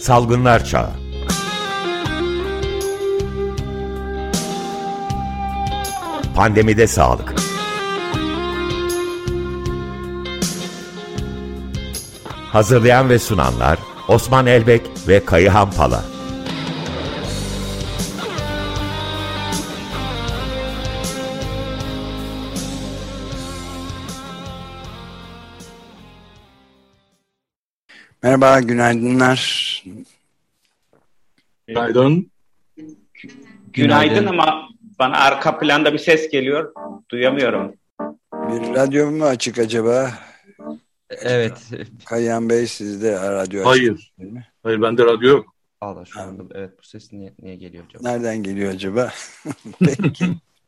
Salgınlar Çağı. Pandemide sağlık. Hazırlayan ve sunanlar Osman Elbek ve Kayıhan Pala. Merhaba, günaydınlar. Günaydın. Günaydın ama bana arka planda bir ses geliyor. Duyamıyorum. Bir radyo mu açık acaba? Evet. Kayhan Bey, sizde radyo açık. Hayır. Değil mi? Hayır, bende radyo yok. Allah şu anda. Evet, bu ses niye geliyor acaba? Nereden geliyor acaba? Peki.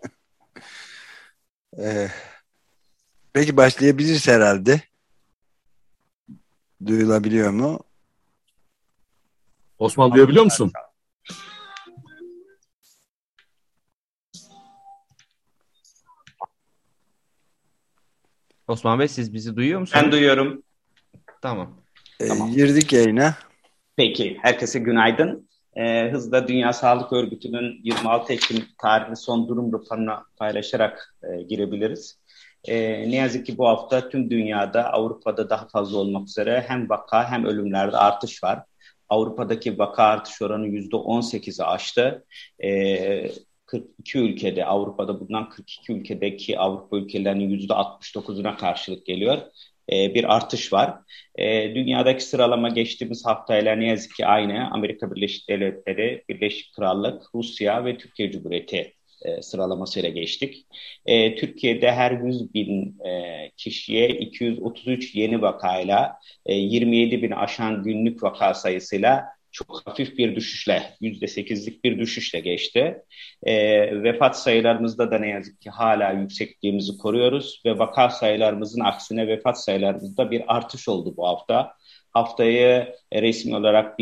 Peki başlayabiliriz herhalde. Duyulabiliyor mu? Osman, duyabiliyor musun? Osman Bey, siz bizi duyuyor musunuz? Ben duyuyorum. Tamam. Girdik yayına. Peki, herkese günaydın. Hızla Dünya Sağlık Örgütü'nün 26 Ekim tarihli son durum raporuna paylaşarak girebiliriz. Ne yazık ki bu hafta tüm dünyada, Avrupa'da daha fazla olmak üzere hem vaka hem ölümlerde artış var. Avrupa'daki vaka artış oranı %18'i aştı. 42 ülkede, Avrupa'da bulunan 42 ülkedeki Avrupa ülkelerinin %69'una karşılık geliyor. Bir artış var. Dünyadaki sıralama geçtiğimiz haftayla ne yazık ki aynı. Amerika Birleşik Devletleri, Birleşik Krallık, Rusya ve Türkiye Cumhuriyeti sıralamasıyla geçtik. Türkiye'de her 100 bin kişiye 233 yeni vakayla 27 bin aşan günlük vaka sayısıyla çok hafif bir düşüşle, %8'lik bir düşüşle geçti. Vefat sayılarımızda da ne yazık ki hala yüksekliğimizi koruyoruz ve vaka sayılarımızın aksine vefat sayılarımızda bir artış oldu bu hafta. Haftayı resmi olarak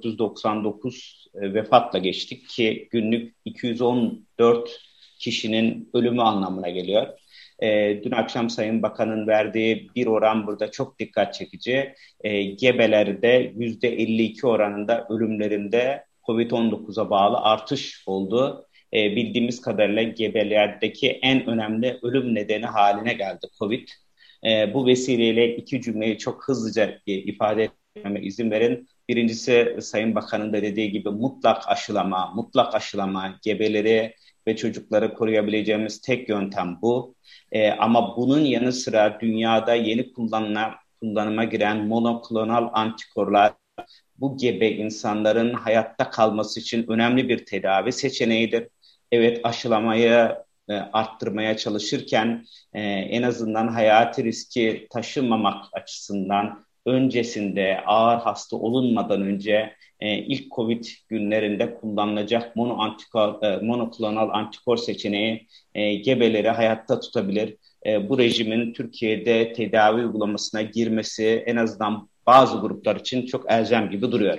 1499 vefatla geçtik ki günlük 214 kişinin ölümü anlamına geliyor. Dün akşam Sayın Bakan'ın verdiği bir oran burada çok dikkat çekici. Gebelerde %52 oranında ölümlerinde COVID-19'a bağlı artış oldu. Bildiğimiz kadarıyla gebelerdeki en önemli ölüm nedeni haline geldi COVID. Bu vesileyle iki cümleyi çok hızlıca ifade etmeme izin verin. Birincisi, Sayın Bakan'ın da dediği gibi mutlak aşılama gebeleri ve çocukları koruyabileceğimiz tek yöntem bu. Ama bunun yanı sıra dünyada yeni kullanıma giren monoklonal antikorlar bu gebe insanların hayatta kalması için önemli bir tedavi seçeneğidir. Evet, aşılamayı arttırmaya çalışırken en azından hayati riski taşımamak açısından öncesinde ağır hasta olunmadan önce ilk COVID günlerinde kullanılacak monoklonal antikor seçeneği gebeleri hayatta tutabilir. Bu rejimin Türkiye'de tedavi uygulamasına girmesi en azından bazı gruplar için çok elzem gibi duruyor.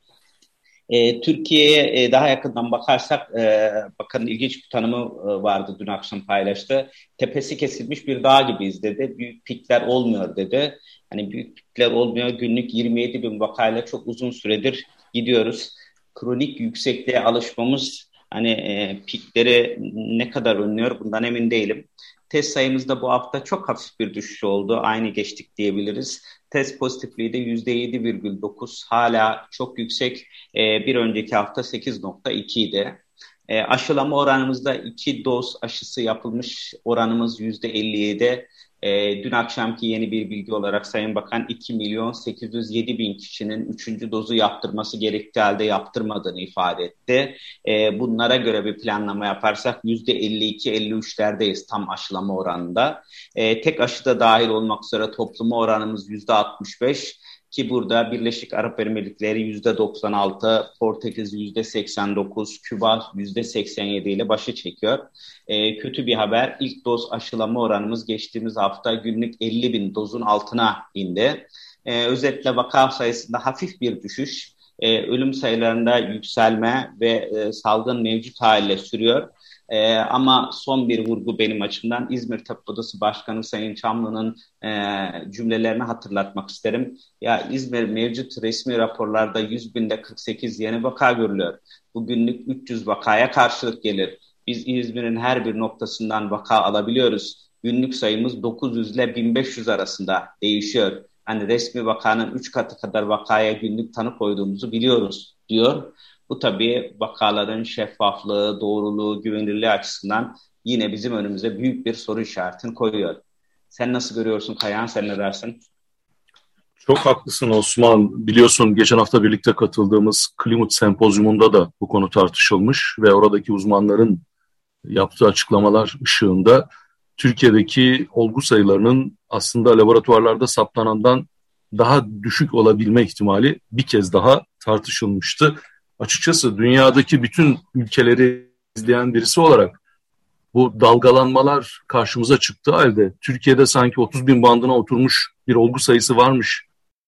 Türkiye'ye daha yakından bakarsak, bakanın ilginç bir tanımı vardı, dün akşam paylaştı. Tepesi kesilmiş bir dağ gibiyiz dedi. Büyük pikler olmuyor dedi. Hani büyük pikler olmuyor. Günlük 27 bin vakayla çok uzun süredir gidiyoruz. Kronik yüksekliğe alışmamız pikleri ne kadar önlüyor bundan emin değilim. Test sayımızda bu hafta çok hafif bir düşüş oldu. Aynı geçtik diyebiliriz. Test pozitifliği de %7,9. Hala çok yüksek. Bir önceki hafta 8,2 idi. Aşılama oranımızda 2 doz aşısı yapılmış oranımız %57. Dün akşamki yeni bir bilgi olarak Sayın Bakan 2.807.000 kişinin 3. dozu yaptırması gerektiği halde yaptırmadığını ifade etti. Bunlara göre bir planlama yaparsak %52-53'lerdeyiz tam aşılama oranında. Tek aşıda dahil olmak üzere topluma oranımız %65. Ki burada Birleşik Arap Emirlikleri %96, Portekiz %89, Küba %87 ile başı çekiyor. Kötü bir haber, ilk doz aşılama oranımız geçtiğimiz hafta günlük 50 bin dozun altına indi. Özetle vaka sayısında hafif bir düşüş, ölüm sayılarında yükselme ve salgın mevcut haliyle sürüyor. Ama son bir vurgu benim açımdan İzmir Tabip Odası Başkanı Sayın Çamlı'nın cümlelerini hatırlatmak isterim. Ya İzmir mevcut resmi raporlarda 100 binde 48 yeni vaka görülüyor. Bu günlük 300 vakaya karşılık gelir. Biz İzmir'in her bir noktasından vaka alabiliyoruz. Günlük sayımız 900 ile 1500 arasında değişiyor. Hani resmi vakanın 3 katı kadar vakaya günlük tanı koyduğumuzu biliyoruz diyor. Bu tabii vakaların şeffaflığı, doğruluğu, güvenilirliği açısından yine bizim önümüze büyük bir soru işaretini koyuyor. Sen nasıl görüyorsun Kayahan, sen ne dersin? Çok haklısın Osman. Biliyorsun geçen hafta birlikte katıldığımız Klimat Sempozyumunda da bu konu tartışılmış ve oradaki uzmanların yaptığı açıklamalar ışığında Türkiye'deki olgu sayılarının aslında laboratuvarlarda saptanandan daha düşük olabilme ihtimali bir kez daha tartışılmıştı. Açıkçası dünyadaki bütün ülkeleri izleyen birisi olarak bu dalgalanmalar karşımıza çıktığı halde Türkiye'de sanki 30 bin bandına oturmuş bir olgu sayısı varmış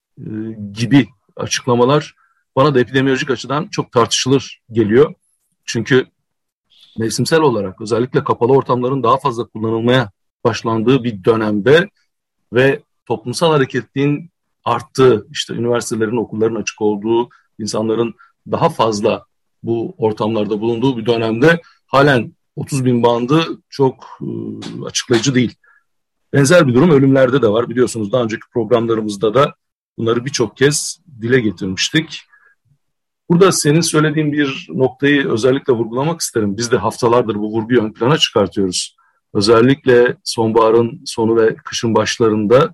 gibi açıklamalar bana da epidemiolojik açıdan çok tartışılır geliyor. Çünkü mevsimsel olarak özellikle kapalı ortamların daha fazla kullanılmaya başlandığı bir dönemde ve toplumsal hareketliğin arttığı, işte üniversitelerin, okulların açık olduğu, insanların daha fazla bu ortamlarda bulunduğu bir dönemde halen 30 bin bandı çok açıklayıcı değil. Benzer bir durum ölümlerde de var. Biliyorsunuz daha önceki programlarımızda da bunları birçok kez dile getirmiştik. Burada senin söylediğin bir noktayı özellikle vurgulamak isterim. Biz de haftalardır bu vurguyu ön plana çıkartıyoruz. Özellikle sonbaharın sonu ve kışın başlarında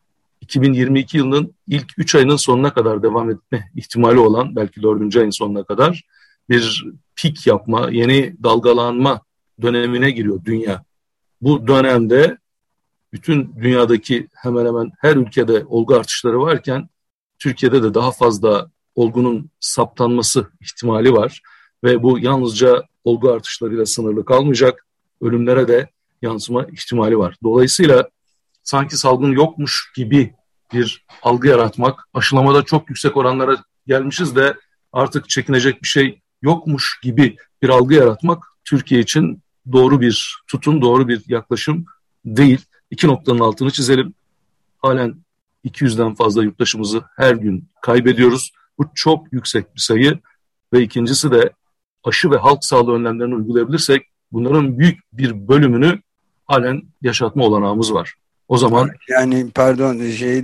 2022 yılının ilk 3 ayının sonuna kadar devam etme ihtimali olan, belki 4. ayın sonuna kadar bir pik yapma, yeni dalgalanma dönemine giriyor dünya. Bu dönemde bütün dünyadaki hemen hemen her ülkede olgu artışları varken Türkiye'de de daha fazla olgunun saptanması ihtimali var ve bu yalnızca olgu artışlarıyla sınırlı kalmayacak, ölümlere de yansıma ihtimali var. Dolayısıyla sanki salgın yokmuş gibi bir algı yaratmak, aşılamada çok yüksek oranlara gelmişiz de artık çekinecek bir şey yokmuş gibi bir algı yaratmak Türkiye için doğru bir tutum, doğru bir yaklaşım değil. İki noktanın altını çizelim. Halen 200'den fazla yurttaşımızı her gün kaybediyoruz. Bu çok yüksek bir sayı ve ikincisi de aşı ve halk sağlığı önlemlerini uygulayabilirsek bunların büyük bir bölümünü halen yaşatma olanağımız var. O zaman yani pardon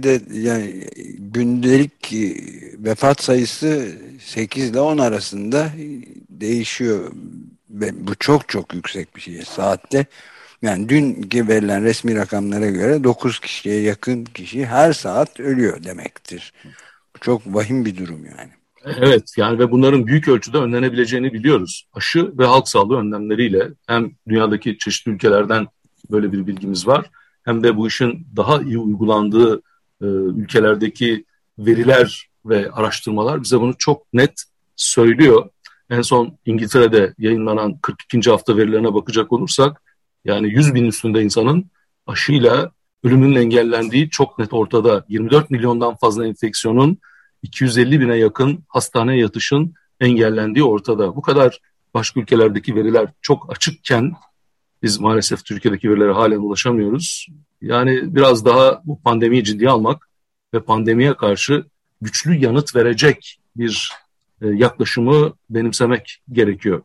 yani gündelik vefat sayısı 8 ile 10 arasında değişiyor ve bu çok çok yüksek bir şey saatte. Yani dün verilen resmi rakamlara göre 9 kişiye yakın kişi her saat ölüyor demektir. Bu çok vahim bir durum yani. Evet, yani ve bunların büyük ölçüde önlenebileceğini biliyoruz. Aşı ve halk sağlığı önlemleriyle hem dünyadaki çeşitli ülkelerden böyle bir bilgimiz var, hem de bu işin daha iyi uygulandığı ülkelerdeki veriler ve araştırmalar bize bunu çok net söylüyor. En son İngiltere'de yayınlanan 42. hafta verilerine bakacak olursak, yani 100 bin üstünde insanın aşıyla ölümünün engellendiği çok net ortada. 24 milyondan fazla enfeksiyonun, 250 bine yakın hastaneye yatışın engellendiği ortada. Bu kadar başka ülkelerdeki veriler çok açıkken biz maalesef Türkiye'deki verilere halen ulaşamıyoruz. Yani biraz daha bu pandemiyi ciddiye almak ve pandemiye karşı güçlü yanıt verecek bir yaklaşımı benimsemek gerekiyor.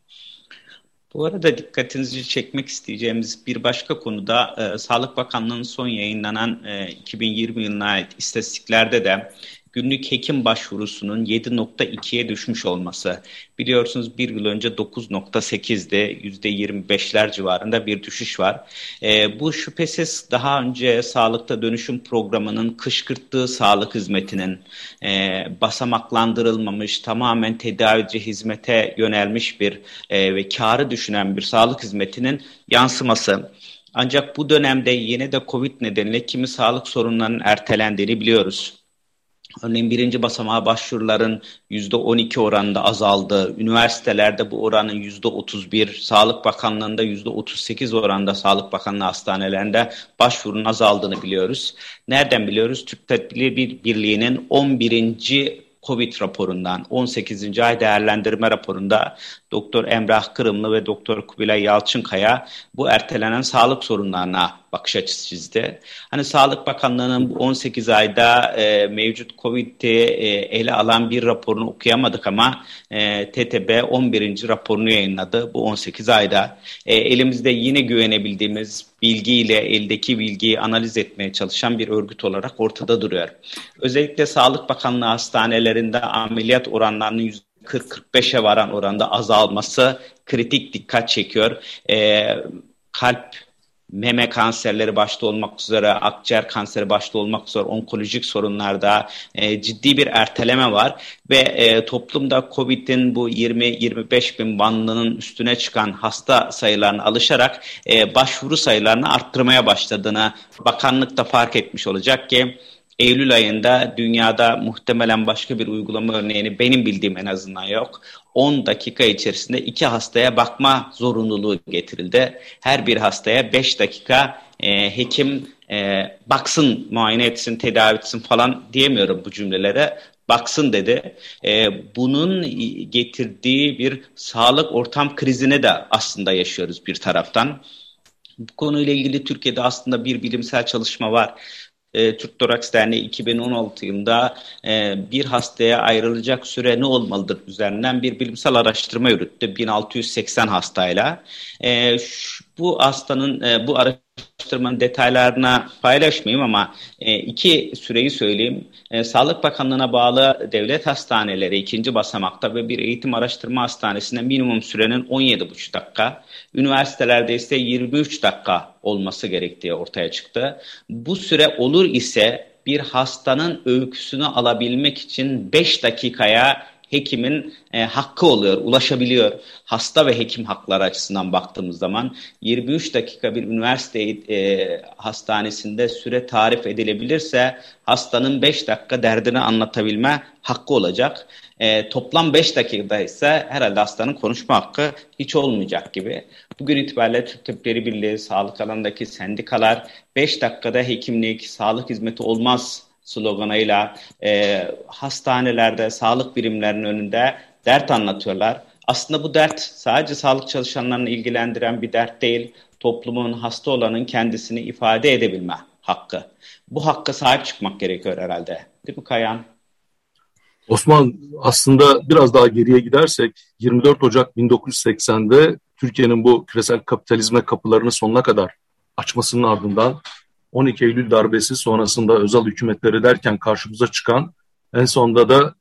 Bu arada dikkatinizi çekmek isteyeceğimiz bir başka konuda Sağlık Bakanlığı'nın son yayınlanan 2020 yılına ait istatistiklerde de günlük hekim başvurusunun 7.2'ye düşmüş olması. Biliyorsunuz bir yıl önce 9.8'de %25'ler civarında bir düşüş var. Bu şüphesiz daha önce Sağlıkta Dönüşüm Programı'nın kışkırttığı sağlık hizmetinin basamaklandırılmamış, tamamen tedavici hizmete yönelmiş bir ve kârı düşünen bir sağlık hizmetinin yansıması. Ancak bu dönemde yine de Covid nedeniyle kimi sağlık sorunlarının ertelendiğini biliyoruz. Örneğin birinci basamağa başvuruların %12 oranında azaldığı, üniversitelerde bu oranın %31, Sağlık Bakanlığı'nda %38 oranında Sağlık Bakanlığı hastanelerinde başvurunun azaldığını biliyoruz. Nereden biliyoruz? Türk Tabipleri Birliği'nin 11. Covid raporundan, 18. ay değerlendirme raporunda Doktor Emrah Kırımlı ve Doktor Kubilay Yalçınkaya bu ertelenen sağlık sorunlarına bakış açısı çizdi. Hani Sağlık Bakanlığı'nın bu 18 ayda mevcut Covid'i ele alan bir raporunu okuyamadık ama TTB 11. raporunu yayınladı bu 18 ayda. Elimizde yine güvenebildiğimiz bilgiyle eldeki bilgiyi analiz etmeye çalışan bir örgüt olarak ortada duruyor. Özellikle Sağlık Bakanlığı hastanelerinde ameliyat oranlarının %40-45'e varan oranda azalması kritik dikkat çekiyor. Kalp, meme kanserleri başta olmak üzere, akciğer kanseri başta olmak üzere onkolojik sorunlarda ciddi bir erteleme var ve toplumda Covid'in bu 20-25 bin bandının üstüne çıkan hasta sayılarına alışarak başvuru sayılarını arttırmaya başladığını bakanlık da fark etmiş olacak ki Eylül ayında dünyada muhtemelen başka bir uygulama örneğini benim bildiğim en azından yok. 10 dakika içerisinde 2 hastaya bakma zorunluluğu getirildi. Her bir hastaya 5 dakika hekim baksın, muayene etsin, tedavi etsin falan diyemiyorum bu cümlelere. Baksın dedi. Bunun getirdiği bir sağlık ortam krizine de aslında yaşıyoruz bir taraftan. Bu konuyla ilgili Türkiye'de aslında bir bilimsel çalışma var. Türk Toraks Derneği 2016 yılında bir hastaya ayrılacak süre ne olmalıdır üzerinden bir bilimsel araştırma yürüttü 1680 hastayla. Bu araştırmanın detaylarına paylaşmayayım ama iki süreyi söyleyeyim. Sağlık Bakanlığı'na bağlı devlet hastaneleri 2. basamakta ve bir eğitim araştırma hastanesinde minimum sürenin 17,5 dakika, üniversitelerde ise 23 dakika olması gerektiği ortaya çıktı. Bu süre olur ise bir hastanın öyküsünü alabilmek için 5 dakikaya hekimin hakkı oluyor, ulaşabiliyor. Hasta ve hekim hakları açısından baktığımız zaman 23 dakika bir üniversite hastanesinde süre tarif edilebilirse hastanın 5 dakika derdini anlatabilme hakkı olacak. Toplam 5 dakikada ise herhalde hastanın konuşma hakkı hiç olmayacak gibi. Bugün itibariyle Türk Tabipleri Birliği, sağlık alanındaki sendikalar 5 dakikada hekimlik, sağlık hizmeti olmaz sloganıyla hastanelerde, sağlık birimlerinin önünde dert anlatıyorlar. Aslında bu dert sadece sağlık çalışanlarını ilgilendiren bir dert değil, toplumun hasta olanın kendisini ifade edebilme hakkı. Bu hakka sahip çıkmak gerekiyor herhalde. Değil mi Kayan? Osman, aslında biraz daha geriye gidersek 24 Ocak 1980'de Türkiye'nin bu küresel kapitalizme kapılarını sonuna kadar açmasının ardından 12 Eylül darbesi sonrasında özel hükümetleri derken karşımıza çıkan, en sonunda da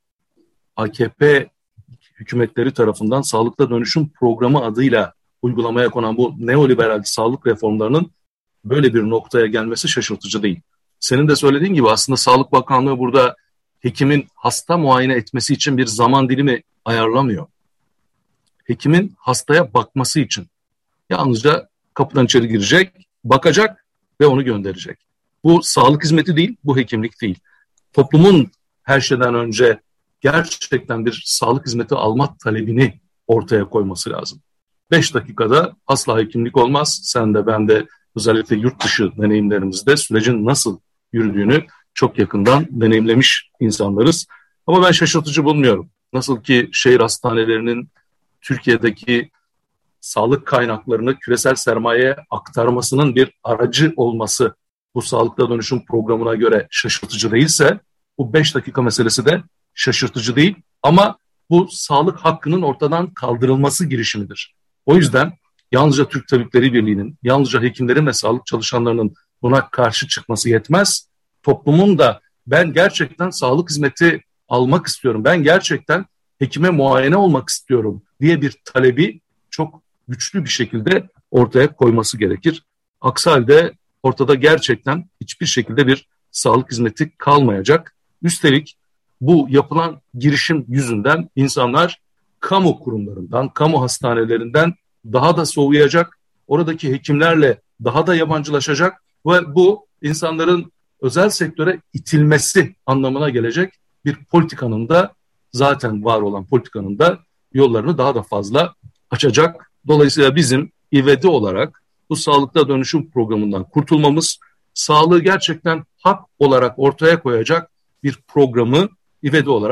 AKP hükümetleri tarafından Sağlıkta Dönüşüm Programı adıyla uygulamaya konan bu neoliberal sağlık reformlarının böyle bir noktaya gelmesi şaşırtıcı değil. Senin de söylediğin gibi aslında Sağlık Bakanlığı burada hekimin hasta muayene etmesi için bir zaman dilimi ayarlamıyor. Hekimin hastaya bakması için yalnızca kapıdan içeri girecek, bakacak ve onu gönderecek. Bu sağlık hizmeti değil, bu hekimlik değil. Toplumun her şeyden önce gerçekten bir sağlık hizmeti alma talebini ortaya koyması lazım. 5 dakikada asla hekimlik olmaz. Sen de ben de özellikle yurt dışı deneyimlerimizde sürecin nasıl yürüdüğünü çok yakından deneyimlemiş insanlarız. Ama ben şaşırtıcı bulmuyorum. Nasıl ki şehir hastanelerinin Türkiye'deki sağlık kaynaklarını küresel sermayeye aktarmasının bir aracı olması bu Sağlıkta Dönüşüm Programı'na göre şaşırtıcı değilse, bu 5 dakika meselesi de şaşırtıcı değil ama bu sağlık hakkının ortadan kaldırılması girişimidir. O yüzden yalnızca Türk Tabipleri Birliği'nin, yalnızca hekimlerin ve sağlık çalışanlarının buna karşı çıkması yetmez. Toplumun da ben gerçekten sağlık hizmeti almak istiyorum, ben gerçekten hekime muayene olmak istiyorum diye bir talebi çok güçlü bir şekilde ortaya koyması gerekir. Aksi halde ortada gerçekten hiçbir şekilde bir sağlık hizmeti kalmayacak. Üstelik bu yapılan girişim yüzünden insanlar kamu kurumlarından, kamu hastanelerinden daha da soğuyacak, oradaki hekimlerle daha da yabancılaşacak ve bu insanların özel sektöre itilmesi anlamına gelecek bir politikanın da, zaten var olan politikanın da yollarını daha da fazla açacak. Dolayısıyla bizim İVD olarak bu Sağlıkta Dönüşüm Programı'ndan kurtulmamız, sağlığı gerçekten hak olarak ortaya koyacak bir programı İVD olarak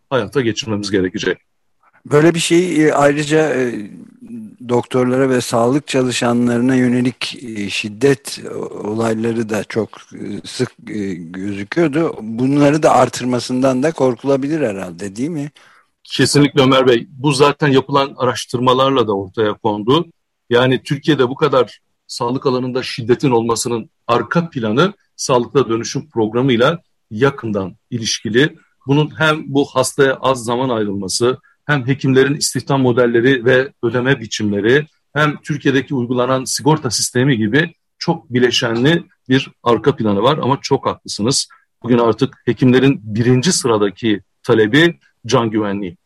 hayata geçirmemiz gerekecek. Böyle bir şey ayrıca doktorlara ve sağlık çalışanlarına yönelik şiddet olayları da çok sık gözüküyordu. Bunları da artırmasından da korkulabilir herhalde, değil mi? Kesinlikle Ömer Bey. Bu zaten yapılan araştırmalarla da ortaya kondu. Yani Türkiye'de bu kadar sağlık alanında şiddetin olmasının arka planı sağlıkta dönüşüm programıyla yakından ilişkili. Bunun hem bu hastaya az zaman ayrılması, hem hekimlerin istihdam modelleri ve ödeme biçimleri, hem Türkiye'deki uygulanan sigorta sistemi gibi çok bileşenli bir arka planı var. Ama çok haklısınız. Bugün artık hekimlerin birinci sıradaki talebi can güvenliği.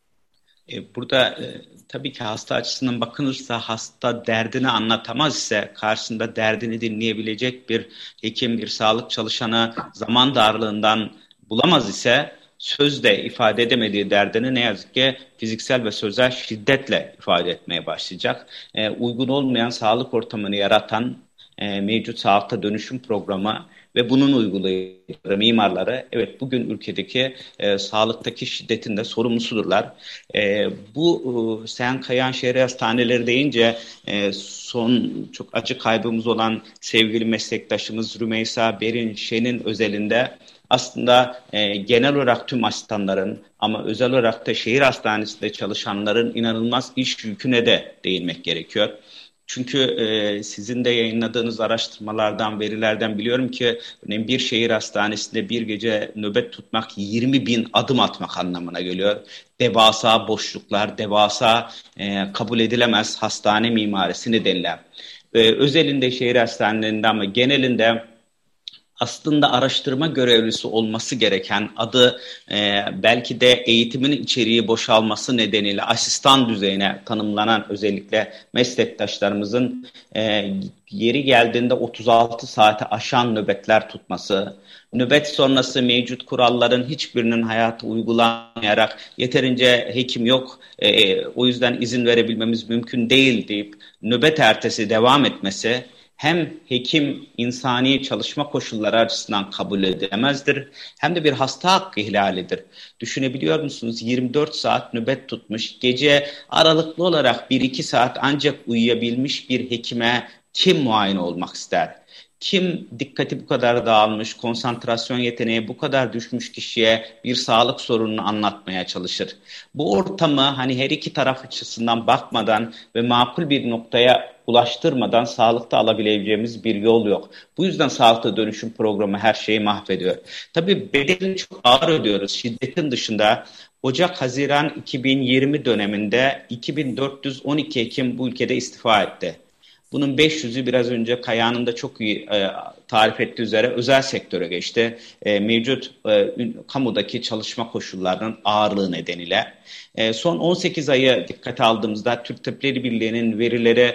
Burada tabii ki hasta açısından bakılırsa, hasta derdini anlatamaz ise karşısında derdini dinleyebilecek bir hekim, bir sağlık çalışanı zaman darlığından bulamaz ise sözle ifade edemediği derdini ne yazık ki fiziksel ve sözel şiddetle ifade etmeye başlayacak. Uygun olmayan sağlık ortamını yaratan mevcut sağlıkta dönüşüm programı ve bunun uygulayıcıları, mimarları, evet, bugün ülkedeki sağlıktaki şiddetin de sorumlusudurlar. Bu Seyhan Kayan Şehir Hastaneleri deyince son çok acı kaybımız olan sevgili meslektaşımız Rümeysa Berin Şen'in özelinde aslında genel olarak tüm asistanların ama özel olarak da şehir hastanesinde çalışanların inanılmaz iş yüküne de değinmek gerekiyor. Çünkü sizin de yayınladığınız araştırmalardan, verilerden biliyorum ki örneğin bir şehir hastanesinde bir gece nöbet tutmak 20.000 adım atmak anlamına geliyor. Devasa boşluklar, devasa kabul edilemez hastane mimarisi nedeniyle. Özelinde şehir hastanelerinde ama genelinde aslında araştırma görevlisi olması gereken adı belki de eğitimin içeriği boşalması nedeniyle asistan düzeyine tanımlanan özellikle meslektaşlarımızın yeri geldiğinde 36 saate aşan nöbetler tutması, nöbet sonrası mevcut kuralların hiçbirinin hayata uygulanmayarak yeterince hekim yok, o yüzden izin verebilmemiz mümkün değil deyip nöbet ertesi devam etmesi, hem hekim insani çalışma koşulları açısından kabul edilemezdir, hem de bir hasta hakkı ihlalidir. Düşünebiliyor musunuz? 24 saat nöbet tutmuş, gece aralıklı olarak 1-2 saat ancak uyuyabilmiş bir hekime kim muayene olmak ister? Kim dikkati bu kadar dağılmış, konsantrasyon yeteneği bu kadar düşmüş kişiye bir sağlık sorununu anlatmaya çalışır? Bu ortamı hani her iki taraf açısından bakmadan ve makul bir noktaya ulaştırmadan sağlıkta alabileceğimiz bir yol yok. Bu yüzden sağlıkta dönüşüm programı her şeyi mahvediyor. Tabii bedelini çok ağır ödüyoruz. Şiddetin dışında Ocak-Haziran 2020 döneminde 2412 hekim bu ülkede istifa etti. Bunun 500'ü biraz önce Kaya'nın da çok iyi tarif ettiği üzere özel sektöre geçti. Mevcut kamudaki çalışma koşullarının ağırlığı nedeniyle. Son 18 ayı dikkate aldığımızda Türk Tabipleri Birliği'nin verileri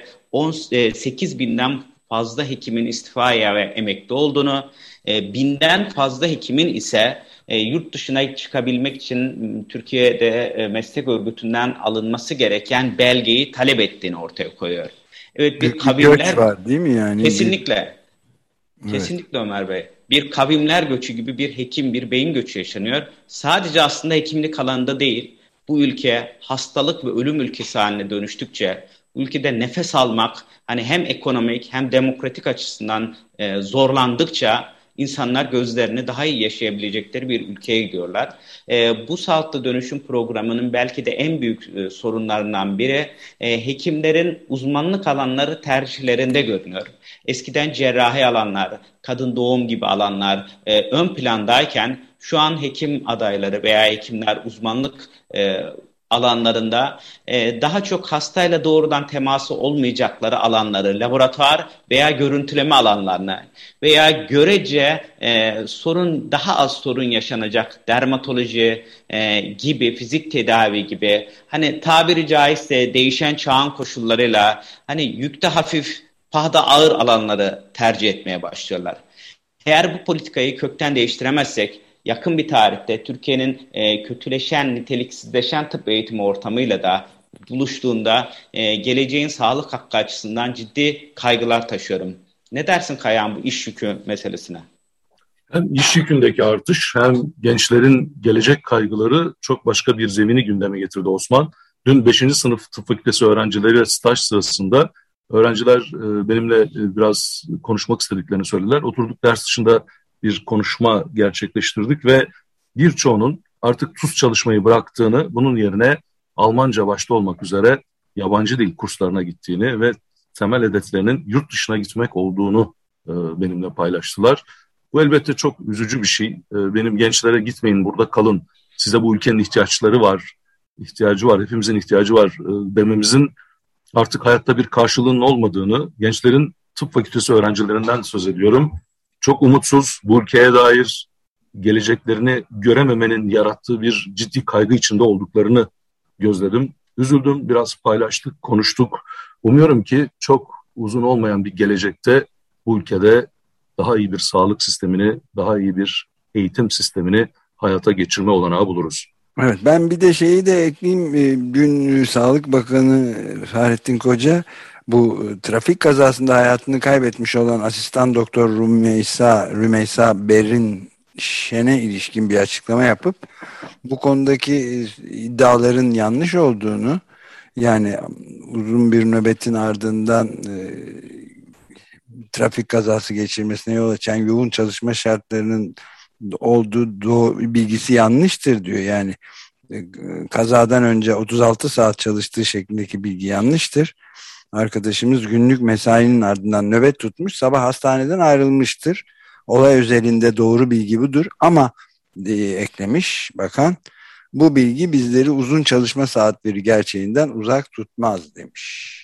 8 binden fazla hekimin istifaya ve emekli olduğunu, 1000'den fazla hekimin ise yurt dışına çıkabilmek için Türkiye'de meslek örgütünden alınması gereken belgeyi talep ettiğini ortaya koyuyor. Evet, bir kavimler göç var değil mi yani? Kesinlikle. Evet. Kesinlikle Ömer Bey. Bir kavimler göçü gibi bir hekim, bir beyin göçü yaşanıyor. Sadece aslında hekimlik alanında değil, bu ülke hastalık ve ölüm ülkesi haline dönüştükçe, ülkede nefes almak hani hem ekonomik hem demokratik açısından zorlandıkça insanlar gözlerini daha iyi yaşayabilecekleri bir ülkeye gidiyorlar. Bu sağlıklı dönüşüm programının belki de en büyük sorunlarından biri hekimlerin uzmanlık alanları tercihlerinde görünüyor. Eskiden cerrahi alanlar, kadın doğum gibi alanlar ön plandayken şu an hekim adayları veya hekimler uzmanlık alanlarında daha çok hastayla doğrudan teması olmayacakları alanları, laboratuvar veya görüntüleme alanlarını veya görece daha az sorun yaşanacak dermatoloji gibi, fizik tedavi gibi, hani tabiri caizse değişen çağın koşullarıyla hani yükte hafif, pahda ağır alanları tercih etmeye başlıyorlar. Eğer bu politikayı kökten değiştiremezsek, yakın bir tarihte Türkiye'nin kötüleşen, niteliksizleşen tıp eğitimi ortamıyla da buluştuğunda geleceğin sağlık hakkı açısından ciddi kaygılar taşıyorum. Ne dersin Kayahan bu iş yükü meselesine? Hem iş yükündeki artış hem gençlerin gelecek kaygıları çok başka bir zemini gündeme getirdi Osman. Dün 5. sınıf tıp fakültesi öğrencileri staj sırasında öğrenciler benimle biraz konuşmak istediklerini söylediler. Oturduk, ders dışında bir konuşma gerçekleştirdik ve birçoğunun artık TUS çalışmayı bıraktığını, bunun yerine Almanca başta olmak üzere yabancı dil kurslarına gittiğini ve temel hedeflerinin yurt dışına gitmek olduğunu benimle paylaştılar. Bu elbette çok üzücü bir şey. Benim gençlere gitmeyin, burada kalın, size bu ülkenin ihtiyacı var, hepimizin ihtiyacı var dememizin artık hayatta bir karşılığının olmadığını, gençlerin tıp fakültesi öğrencilerinden söz ediyorum. Çok umutsuz, bu ülkeye dair geleceklerini görememenin yarattığı bir ciddi kaygı içinde olduklarını gözledim. Üzüldüm, biraz paylaştık, konuştuk. Umuyorum ki çok uzun olmayan bir gelecekte bu ülkede daha iyi bir sağlık sistemini, daha iyi bir eğitim sistemini hayata geçirme olanağı buluruz. Evet, ben bir de şeyi de ekleyeyim. Dün Sağlık Bakanı Fahrettin Koca bu trafik kazasında hayatını kaybetmiş olan asistan doktor Rümeysa Berin Şen'e ilişkin bir açıklama yapıp bu konudaki iddiaların yanlış olduğunu, yani uzun bir nöbetin ardından trafik kazası geçirmesine yol açan yoğun çalışma şartlarının olduğu bilgisi yanlıştır diyor. Yani kazadan önce 36 saat çalıştığı şeklindeki bilgi yanlıştır. Arkadaşımız günlük mesainin ardından nöbet tutmuş, sabah hastaneden ayrılmıştır. Olay özelinde doğru bilgi budur ama eklemiş bakan, bu bilgi bizleri uzun çalışma saatleri gerçeğinden uzak tutmaz demiş.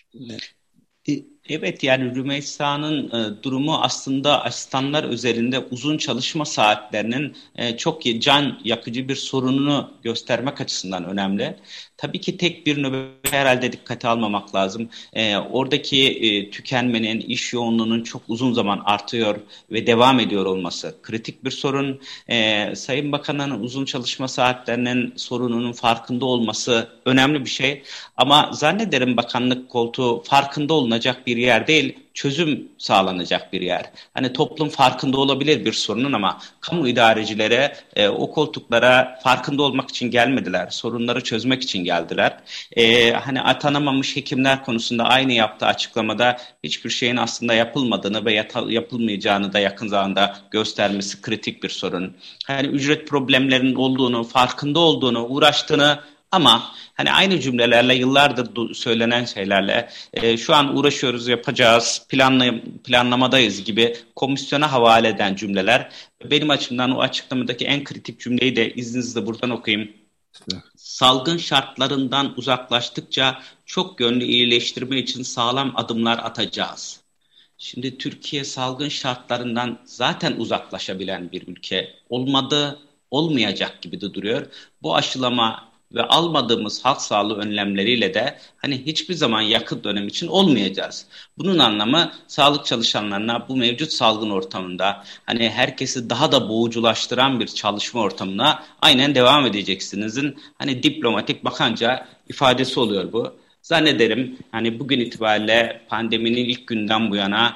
Evet, yani Rümeysa'nın durumu aslında asistanlar özelinde uzun çalışma saatlerinin çok can yakıcı bir sorununu göstermek açısından önemli. Tabii ki tek bir nöbet herhalde dikkate almamak lazım. Oradaki tükenmenin, iş yoğunluğunun çok uzun zaman artıyor ve devam ediyor olması kritik bir sorun. Sayın Bakan'ın uzun çalışma saatlerinin sorununun farkında olması önemli bir şey. Ama zannederim bakanlık koltuğu farkında olunacak bir yer değil, çözüm sağlanacak bir yer. Hani toplum farkında olabilir bir sorunun ama kamu idarecilere o koltuklara farkında olmak için gelmediler. Sorunları çözmek için geldiler. Hani atanamamış hekimler konusunda aynı yaptığı açıklamada hiçbir şeyin aslında yapılmadığını ve yapılmayacağını da yakın zamanda göstermesi kritik bir sorun. Hani ücret problemlerinin olduğunu, farkında olduğunu, uğraştığını ama hani aynı cümlelerle yıllardır söylenen şeylerle şu an uğraşıyoruz, yapacağız, planlamadayız gibi komisyona havale eden cümleler. Benim açımdan o açıklamadaki en kritik cümleyi de izninizle buradan okuyayım. Salgın şartlarından uzaklaştıkça çok yönlü iyileştirme için sağlam adımlar atacağız. Şimdi Türkiye salgın şartlarından zaten uzaklaşabilen bir ülke olmadı, olmayacak gibi de duruyor. Bu aşılama ve almadığımız halk sağlığı önlemleriyle de hani hiçbir zaman yakın dönem için olmayacağız. Bunun anlamı sağlık çalışanlarına bu mevcut salgın ortamında hani herkesi daha da boğuculaştıran bir çalışma ortamına aynen devam edeceksinizin hani diplomatik bakanca ifadesi oluyor bu. Zannederim hani bugün itibariyle pandeminin ilk günden bu yana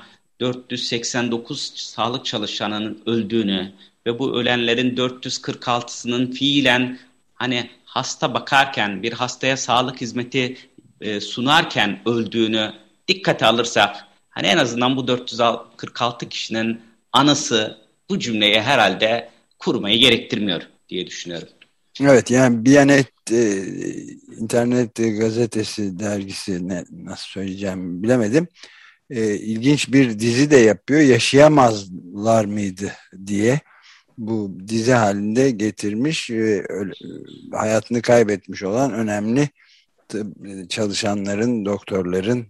489 sağlık çalışanının öldüğünü ve bu ölenlerin 446'sının fiilen hani hasta bakarken, bir hastaya sağlık hizmeti sunarken öldüğünü dikkate alırsak, hani en azından bu 446 kişinin anısı bu cümleyi herhalde kurmayı gerektirmiyor diye düşünüyorum. Evet, yani Biyanet internet gazetesi, dergisi, nasıl söyleyeceğimi bilemedim. İlginç bir dizi de yapıyor. Yaşayamazlar mıydı diye. Bu dizi halinde getirmiş ve hayatını kaybetmiş olan önemli çalışanların, doktorların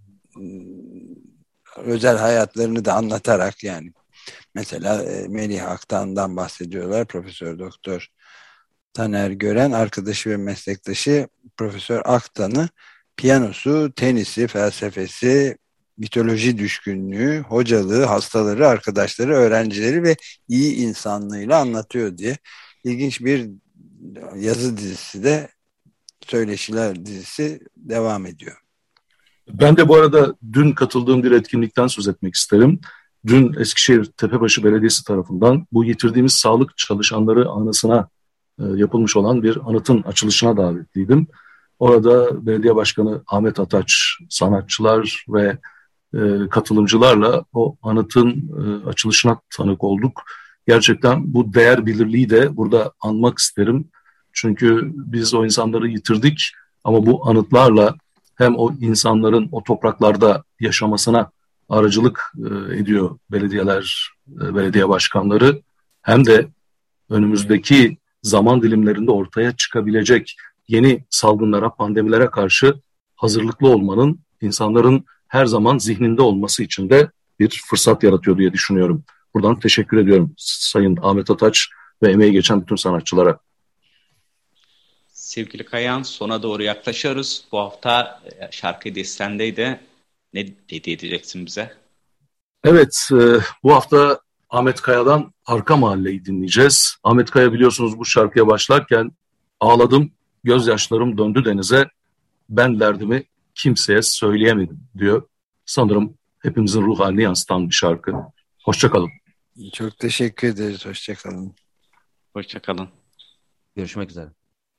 özel hayatlarını da anlatarak, yani mesela Melih Aktan'dan bahsediyorlar. Profesör Doktor Taner Gören arkadaşı ve meslektaşı Profesör Aktan'ı piyanosu, tenisi, felsefesi, mitoloji düşkünlüğü, hocalığı, hastaları, arkadaşları, öğrencileri ve iyi insanlığıyla anlatıyor diye ilginç bir yazı dizisi de, Söyleşiler dizisi devam ediyor. Ben de bu arada dün katıldığım bir etkinlikten söz etmek isterim. dün Eskişehir Tepebaşı Belediyesi tarafından bu yitirdiğimiz sağlık çalışanları anısına yapılmış olan bir anıtın açılışına davetliydim. Orada belediye başkanı Ahmet Ataç, sanatçılar ve katılımcılarla o anıtın açılışına tanık olduk. Gerçekten bu değer bilirliği de burada anmak isterim. Çünkü biz o insanları yitirdik ama bu anıtlarla hem o insanların o topraklarda yaşamasına aracılık ediyor belediyeler, belediye başkanları, hem de önümüzdeki zaman dilimlerinde ortaya çıkabilecek yeni salgınlara, pandemilere karşı hazırlıklı olmanın insanların her zaman zihninde olması için de bir fırsat yaratıyor diye düşünüyorum. Buradan teşekkür ediyorum Sayın Ahmet Ataç ve emeği geçen bütün sanatçılara. Sevgili Kayahan, sona doğru yaklaşıyoruz. Bu hafta şarkı listendeydi. Ne hediye edeceksin bize? Evet, bu hafta Ahmet Kaya'dan Arka Mahalle'yi dinleyeceğiz. Ahmet Kaya biliyorsunuz bu şarkıya başlarken ağladım, gözyaşlarım döndü denize, ben derdimi kimseye söyleyemedim diyor. Sanırım hepimizin ruh halini yansıtan bir şarkı. Hoşçakalın. Çok teşekkür ederiz. Hoşçakalın. Hoşçakalın. Görüşmek üzere.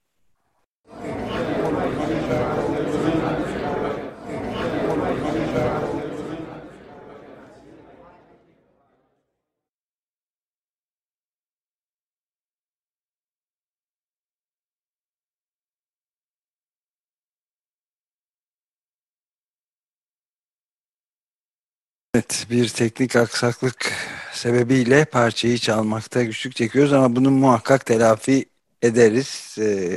Evet, bir teknik aksaklık sebebiyle parçayı çalmakta güçlük çekiyoruz ama bunu muhakkak telafi ederiz.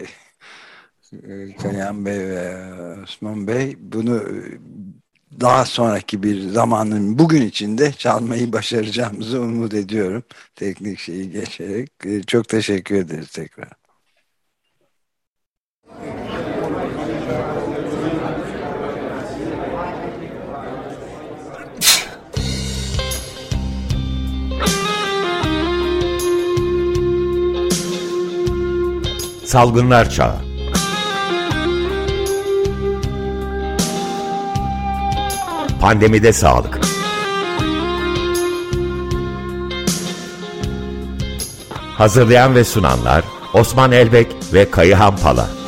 Kayan Bey ve Osman Bey bunu daha sonraki bir zamanın bugün içinde çalmayı başaracağımızı umut ediyorum. Teknik şeyi geçerek. Çok teşekkür ederiz tekrar. Salgınlar Çağı. Pandemide sağlık. Hazırlayan ve sunanlar Osman Elbek ve Kayıhan Pala.